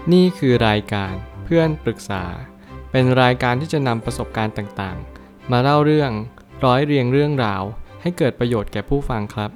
นี่คือรายการเพื่อนปรึกษาเป็นรายการที่จะนำประสบการณ์ต่างๆมาเล่าเรื่องร้อยเรียงเรื่องราวให้เกิดประโยชน์แก่ผู้ฟังครับ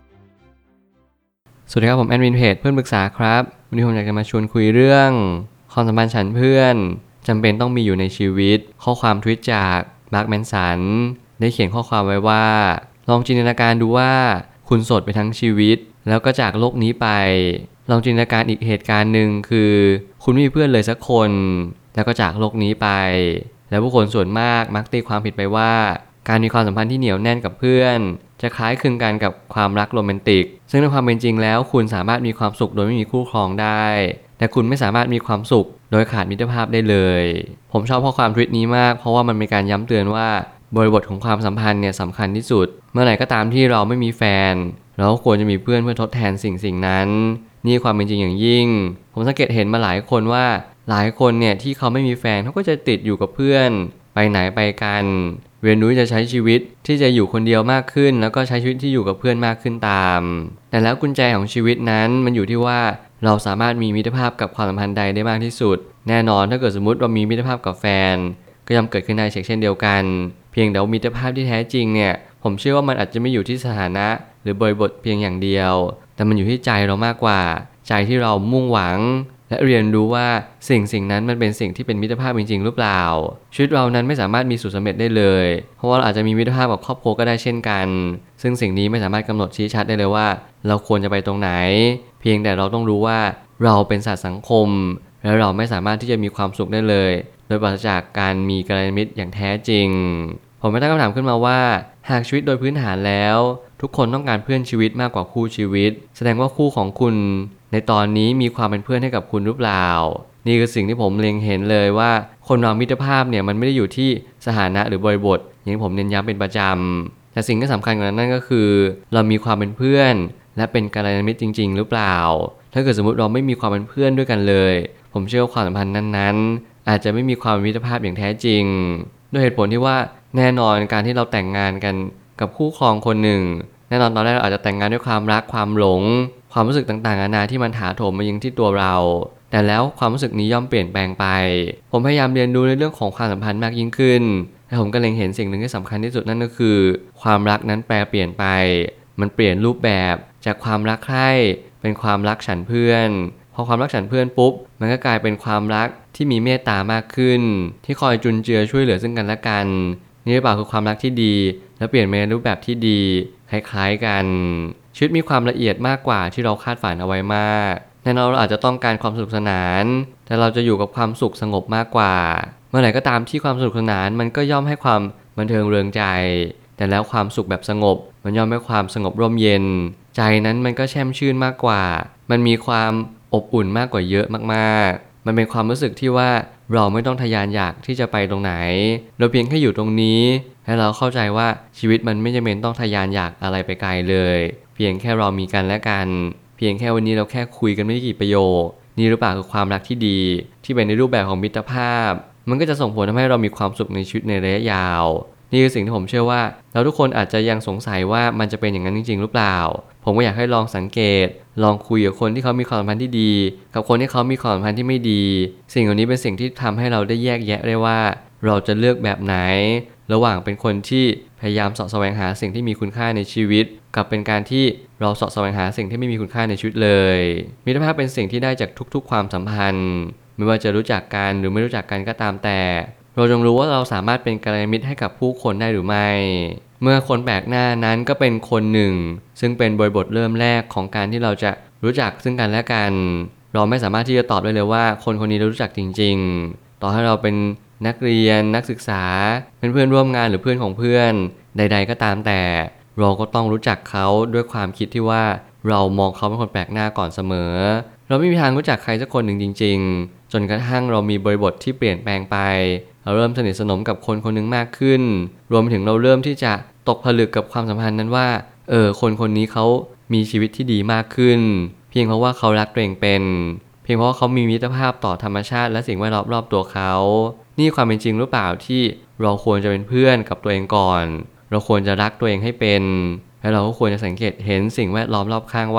สวัสดีครับผมแอดมินเพจเพื่อนปรึกษาครับวันนี้ผมอยากจะมาชวนคุยเรื่องความสัมพันธ์ฉันเพื่อนจำเป็นต้องมีอยู่ในชีวิตข้อความทวิตจากมาร์คแมนสันได้เขียนข้อความไว้ว่าลองจินตนาการดูว่าคุณโสดไปทั้งชีวิตแล้วก็จากโลกนี้ไปลองจินตนาการอีกเหตุการณ์หนึ่งคือคุณไม่มีเพื่อนเลยสักคนแล้วก็จากโลกนี้ไปแล้วผู้คนส่วนมากมักตีความผิดไปว่าการมีความสัมพันธ์ที่เหนียวแน่นกับเพื่อนจะคล้ายคลึงกันกับความรักโรแมนติกซึ่งในความเป็นจริงแล้วคุณสามารถมีความสุขโดยไม่มีคู่ครองได้แต่คุณไม่สามารถมีความสุขโดยขาดมิตรภาพได้เลยผมชอบข้อความทวิตนี้มากเพราะว่ามันเป็นการย้ำเตือนว่าบริบทของความสัมพันธ์เนี่ยสำคัญที่สุดเมื่อไหร่ก็ตามที่เราไม่มีแฟนเราควรจะมีเพื่อนเพื่อทดแทนสิ่งนั้นนี่ความเป็นจริงอย่างยิ่งผมสังเกตเห็นมาหลายคนว่าหลายคนเนี่ยที่เขาไม่มีแฟนเขาก็จะติดอยู่กับเพื่อนไปไหนไปกันเรียนรู้จะใช้ชีวิตที่จะอยู่คนเดียวมากขึ้นแล้วก็ใช้ชีวิตที่อยู่กับเพื่อนมากขึ้นตามแต่แล้วกุญแจของชีวิตนั้นมันอยู่ที่ว่าเราสามารถมีมิตรภาพกับความสัมพันธ์ใดได้มากที่สุดแน่นอนถ้าเกิดสมมติเรามีมิตรภาพกับแฟนก็ย่อมเกิดขึ้นได้เช่นเดียวกันเพียงแต่ว่ามิตรภาพที่แท้จริงเนี่ยผมเชื่อว่ามันอาจจะไม่อยู่ที่สถานะหรือบริบทเพียงอย่างเดียวแต่มันอยู่ที่ใจเรามากกว่าใจที่เรามุ่งหวังและเรียนรู้ว่าสิ่งนั้นมันเป็นสิ่งที่เป็นมิตรภาพจริงๆหรือเปล่าชีวิตเรานั้นไม่สามารถมีสูตรสำเร็จได้เลยเพราะว่าเราอาจจะมีมิตรภาพกับครอบครัวก็ได้เช่นกันซึ่งสิ่งนี้ไม่สามารถกำหนดชี้ชัดได้เลยว่าเราควรจะไปตรงไหนเพียงแต่เราต้องรู้ว่าเราเป็นสัตว์สังคมและเราไม่สามารถที่จะมีความสุขได้เลยโดยปราศจากการมีกัลยาณมิตรอย่างแท้จริงผมไม่ตั้งคำถามขึ้นมาว่าหากชีวิตโดยพื้นฐานแล้วทุกคนต้องการเพื่อนชีวิตมากกว่าคู่ชีวิตแสดงว่าคู่ของคุณในตอนนี้มีความเป็นเพื่อนให้กับคุณหรือเปล่านี่คือสิ่งที่ผมเล็งเห็นเลยว่าคนเรามิตรภาพเนี่ยมันไม่ได้อยู่ที่สถานะหรือบริบทอย่างที่ผมเน้นย้ำเป็นประจำแต่สิ่งที่สำคัญกว่านั้นก็คือเรามีความเป็นเพื่อนและเป็นกัลยาณมิตรจริงๆหรือเปล่าถ้าเกิดสมมติเราไม่มีความเป็นเพื่อนด้วยกันเลยผมเชื่อว่าความสัมพันธ์นั้นๆอาจจะไม่มีความมิตรภาพอย่างแท้จริงด้วยเหตุผลที่ว่าแน่นอนการที่เราแต่งงานกันกับคู่ครองคนหนึ่งแน่นอนตอนแรกเราอาจจะแต่งงานด้วยความรักความหลงความรู้สึกต่างๆนานาที่มันถาโถมมายังที่ตัวเราแต่แล้วความรู้สึกนี้ย่อมเปลี่ยนแปลงไปผมพยายามเรียนรู้ในเรื่องของความสัมพันธ์มากยิ่งขึ้นแต่ผมก็เล็งเห็นสิ่งหนึ่งที่สำคัญที่สุดนั่นก็คือความรักนั้นแปรเปลี่ยนไปมันเปลี่ยนรูปแบบจากความรักใคร่เป็นความรักฉันเพื่อนพอความรักฉันเพื่อนปุ๊บมันก็กลายเป็นความรักที่มีเมตตามากขึ้นที่คอยจุนเจือช่วยเหลือซึ่งกันและกันนี่หรือเปล่าคือความรักที่ดีและเปลี่ยนไปในรูปแบบที่ดีคล้ายๆกันชีวิตมีความละเอียดมากกว่าที่เราคาดฝันเอาไว้มากแน่นอนเราอาจจะต้องการความสนุกสนานแต่เราจะอยู่กับความสุขสงบมากกว่าเมื่อไหร่ก็ตามที่ความสนุกสนานมันก็ย่อมให้ความบันเทิงเริงใจแต่แล้วความสุขแบบสงบมันย่อมให้ความสงบร่มเย็นใจนั้นมันก็แช่มชื่นมากกว่ามันมีความอบอุ่นมากกว่าเยอะมากๆมันเป็นความรู้สึกที่ว่าเราไม่ต้องทะยานอยากที่จะไปตรงไหนเราเพียงแค่อยู่ตรงนี้และเราเข้าใจว่าชีวิตมันไม่จำเป็นต้องทะยานอยากอะไรไปไกลเลยเพียงแค่เรามีกันและกันเพียงแค่วันนี้เราแค่คุยกันไม่กี่ประโยคนี่หรือเปล่าคือความรักที่ดีที่เป็นในรูปแบบของมิตรภาพมันก็จะส่งผลทำให้เรามีความสุขในชีวิตในระยะยาวนี่คือสิ่งที่ผมเชื่อว่าเราทุกคนอาจจะยังสงสัยว่ามันจะเป็นอย่างนั้นจริงๆหรือเปล่าผมก็อยากให้ลองสังเกตลองคุยกับคนที่เขามีความสัมพันธ์ที่ดีกับคนที่เขามีความสัมพันธ์ที่ไม่ดีสิ่งเหล่านี้เป็นสิ่งที่ทำให้เราได้แยกแยะได้ว่าเราจะเลือกแบบไหนระหว่างเป็นคนที่พยายามเสาะแสวงหาสิ่งที่มีคุณค่าในชีวิตกับเป็นการที่เราเสาะแสวงหาสิ่งที่ไม่มีคุณค่าในชีวิตเลยมิตรภาพเป็นสิ่งที่ได้จากทุกๆความสัมพันธ์ไม่ว่าจะรู้จักกันหรือไม่รู้จักกันก็ตามแต่เราจงรู้ว่าเราสามารถเป็นกัลยาณมิตรให้กับผู้คนได้หรือไม่เมื่อคนแปลกหน้านั้นก็เป็นคนหนึ่งซึ่งเป็นบริบทเริ่มแรกของการที่เราจะรู้จักซึ่งกันและกันเราไม่สามารถที่จะตอบได้เลยว่าคนคนนี้เรารู้จักจริงๆต่อให้เราเป็นนักเรียนนักศึกษาเป็นเพื่อนร่วมงานหรือเพื่อนของเพื่อนใดๆก็ตามแต่เราก็ต้องรู้จักเขาด้วยความคิดที่ว่าเรามองเขาเป็นคนแปลกหน้าก่อนเสมอเราไม่มีทางรู้จักใครสักคนหนึ่งจริงๆจนกระทั่งเรามีบริบทที่เปลี่ยนแปลงไปเราเริ่มสนิทสนมกับคนคนหนึ่งมากขึ้นรวมถึงเราเริ่มที่จะตกผลึกกับความสัมพันธ์นั้นว่าคนคนนี้เขามีชีวิตที่ดีมากขึ้นเพียงเพราะว่าเขารักตัวเองเป็นเพียงเพราะว่าเขามีมิตรภาพต่อธรรมชาติและสิ่งแวดล้อมรอบตัวเขานี่ความเป็นจริงหรือเปล่าที่เราควรจะเป็นเพื่อนกับตัวเองก่อนเราควรจะรักตัวเองให้เป็นและเราก็ควรจะสังเกตเห็นสิ่งแวดล้อมรอบข้างว่า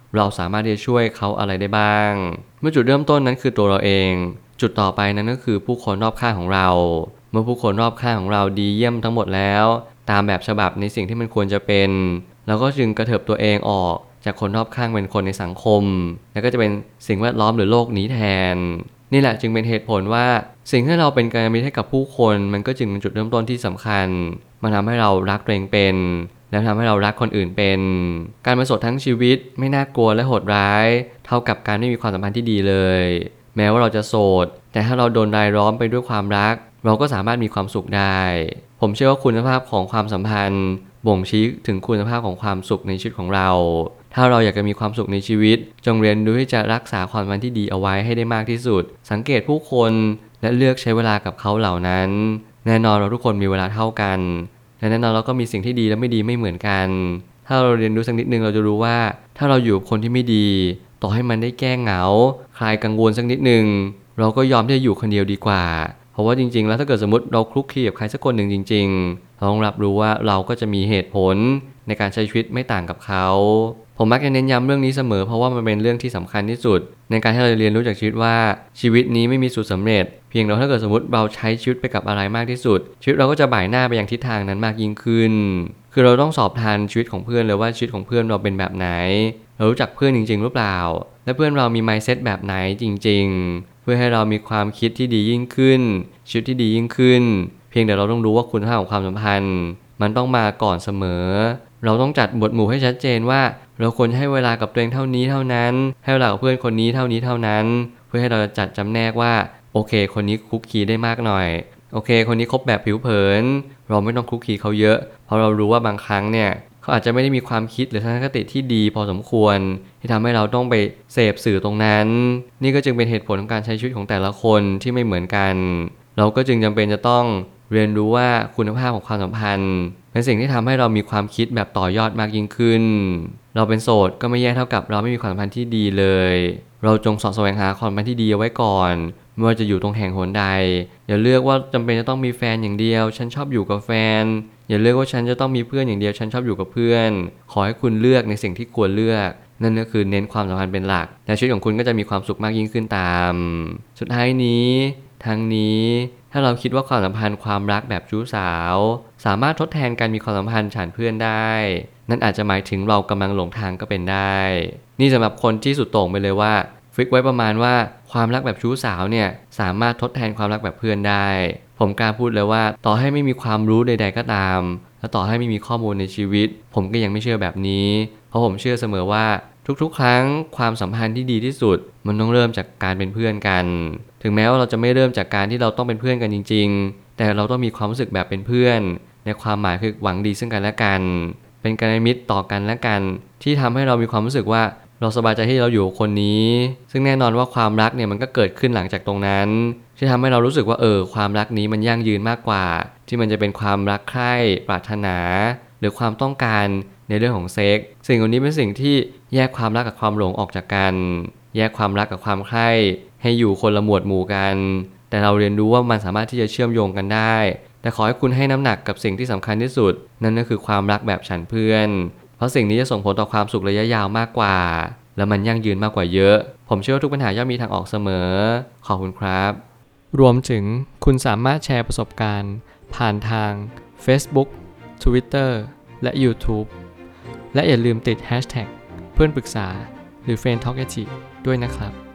เราสามารถที่จะช่วยเขาอะไรได้บ้างเมื่อจุดเริ่มต้นนั้นคือตัวเราเองจุดต่อไปนั้นก็คือผู้คนรอบข้างของเราเมื่อผู้คนรอบข้างของเราดีเยี่ยมทั้งหมดแล้วตามแบบฉบับในสิ่งที่มันควรจะเป็นเราก็จึงกระเถิบตัวเองออกจากคนรอบข้างเป็นคนในสังคมแล้วก็จะเป็นสิ่งแวดล้อมหรือโลกนี้แทนนี่แหละจึงเป็นเหตุผลว่าสิ่งที่เราเป็นกัลยาณมิตรให้กับผู้คนมันก็จึงเป็นจุดเริ่มต้นที่สำคัญมันทำให้เรารักตัวเองเป็นแล้วทำให้เรารักคนอื่นเป็นการมาโสดทั้งชีวิตไม่น่ากลัวและโหดร้ายเท่ากับการไม่มีความสัมพันธ์ที่ดีเลยแม้ว่าเราจะโสดแต่ถ้าเราโดนรายล้อมไปด้วยความรักเราก็สามารถมีความสุขได้ผมเชื่อว่าคุณภาพของความสัมพันธ์บ่งชี้ถึงคุณภาพของความสุขในชีวิตของเราถ้าเราอยากจะมีความสุขในชีวิตจงเรียนรู้ที่จะรักษาความสัมพันธ์ที่ดีเอาไว้ให้ได้มากที่สุดสังเกตผู้คนและเลือกใช้เวลากับเขาเหล่านั้นแน่นอนเราทุกคนมีเวลาเท่ากันและแน่นอนเราก็มีสิ่งที่ดีและไม่ดีไม่เหมือนกันถ้าเราเรียนรู้สักนิดนึงเราจะรู้ว่าถ้าเราอยู่กับคนที่ไม่ดีต่อให้มันได้แก้เหงาคลายกังวลสักนิดนึงเราก็ยอมที่จะอยู่คนเดียวดีกว่าเพราะว่าจริงๆแล้วถ้าเกิดสมมติเราคลุกคลีกับใครสักคนหนึ่งจริงๆเราต้องรับรู้ว่าเราก็จะมีเหตุผลในการใช้ชีวิตไม่ต่างกับเขาผมมักจะเน้นย้ำเรื่องนี้เสมอเพราะว่ามันเป็นเรื่องที่สำคัญที่สุดในการที่เราเรียนรู้จากชีวิตว่าชีวิตนี้ไม่มีสูตรสำเร็จเพียงแต่ถ้าเกิดสมมติเราใช้ชีวิตไปกับอะไรมากที่สุดชีวิตเราก็จะบ่ายหน้าไปยังทิศทางนั้นมากยิ่งขึ้นคือเราต้องสอบทานชีวิตของเพื่อนเลยว่าชีวิตของเพื่อนเราเป็นแบบไหนเรารู้จักเพื่อนจริงๆหรือเปล่าและเพื่อนเรามี mindset แบบไหนจริงๆเพื่อให้เรามีความคิดที่ดียิ่งขึ้นชีวิตที่ดียิ่งขึ้นเพียงแต่เราต้องรู้ว่าคุณค่าของความสัมพันธ์มันต้องมาก่อนเสมอเราต้องจัดหมวดหมู่ให้ชัดเจนว่าเราควรให้เวลากับตัวเองเท่านี้เท่านั้นให้เวลากับเพื่อนคนนี้เท่านี้เท่านั้นเพื่อให้เราจัดจำแนกว่าโอเคคนนี้คุกคีได้มากหน่อยโอเคคนนี้คบแบบผิวเผินเราไม่ต้องคุกคีเขาเยอะเพราะเรารู้ว่าบางครั้งเนี่ยเขาอาจจะไม่ได้มีความคิดหรือทัศนคติที่ดีพอสมควรที่ทำให้เราต้องไปเสพสื่อตรงนั้นนี่ก็จึงเป็นเหตุผลของการใช้ชีวิตของแต่ละคนที่ไม่เหมือนกันเราก็จึงจำเป็นจะต้องเรียนรู้ว่าคุณภาพของความสัมพันธ์เป็นสิ่งที่ทำให้เรามีความคิดแบบต่อยอดมากยิ่งขึ้นเราเป็นโสดก็ไม่แย่เท่ากับเราไม่มีความสัมพันธ์ที่ดีเลยเราจงเสาะแสวงหาความสัมพันธ์ที่ดีเอาไว้ก่อนไม่ว่าจะอยู่ตรงแห่งหนใดอย่าเลือกว่าจำเป็นจะต้องมีแฟนอย่างเดียวฉันชอบอยู่กับแฟนอย่าเลือกว่าฉันจะต้องมีเพื่อนอย่างเดียวฉันชอบอยู่กับเพื่อนขอให้คุณเลือกในสิ่งที่ควรเลือกนั่นก็คือเน้นความสัมพันธ์เป็นหลักและชีวิตของคุณก็จะมีความสุขมากยิ่งขึ้นตามสุดท้ายนี้ทั้งนี้ถ้าเราคิดว่าความสัมพันธ์ความรักแบบชู้สาวสามารถทดแทนการมีความสัมพันธ์ฉันเพื่อนได้นั่นอาจจะหมายถึงเรากำลังหลงทางก็เป็นได้นี่สำหรับคนที่สุดโต่งไปเลยว่าฟิกไว้ประมาณว่าความรักแบบชู้สาวเนี่ยสามารถทดแทนความรักแบบเพื่อนได้ผมกล้าพูดเลยว่าต่อให้ไม่มีความรู้ใดๆก็ตามและต่อให้ไม่มีข้อมูลในชีวิตผมก็ยังไม่เชื่อแบบนี้เพราะผมเชื่อเสมอว่าทุกๆครั้งความสัมพันธ์ที่ดีที่สุดมันต้องเริ่มจากการเป็นเพื่อนกันถึงแม้ว่าเราจะไม่เริ่มจากการที่เราต้องเป็นเพื่อนกันจริงๆแต่เราต้องมีความรู้สึกแบบเป็นเพื่อนในความหมายคือหวังดีซึ่งกันและกันเป็นกัลยาณมิตรต่อกันและกันที่ทำให้เรามีความรู้สึกว่าเราสบายใจที่เราอยู่กับคนนี้ซึ่งแน่นอนว่าความรักเนี่ยมันก็เกิดขึ้นหลังจากตรงนั้นที่ทำให้เรารู้สึกว่าความรักนี้มันยั่งยืนมากกว่าที่มันจะเป็นความรักใคร่ปรารถนาหรือความต้องการในเรื่องของเซ็กส์สิ่งเหล่านี้เป็นสิ่งที่แยกความรักกับความหลงออกจากกันแยกความรักกับความใคร่ให้อยู่คนละหมวดหมู่กันแต่เราเรียนรู้ว่ามันสามารถที่จะเชื่อมโยงกันได้แต่ขอให้คุณให้น้ำหนักกับสิ่งที่สำคัญที่สุดนั่นก็คือความรักแบบฉันเพื่อนเพราะสิ่งนี้จะส่งผลต่อความสุขระยะยาวมากกว่าและมันยั่งยืนมากกว่าเยอะผมเชื่อว่าทุกปัญหาย่อมมีทางออกเสมอขอบคุณครับรวมถึงคุณสามารถแชร์ประสบการณ์ผ่านทาง Facebook Twitter และ YouTube และอย่าลืมติด Hashtag เพื่อนปรึกษาหรือ Friend Talk ด้วยนะครับ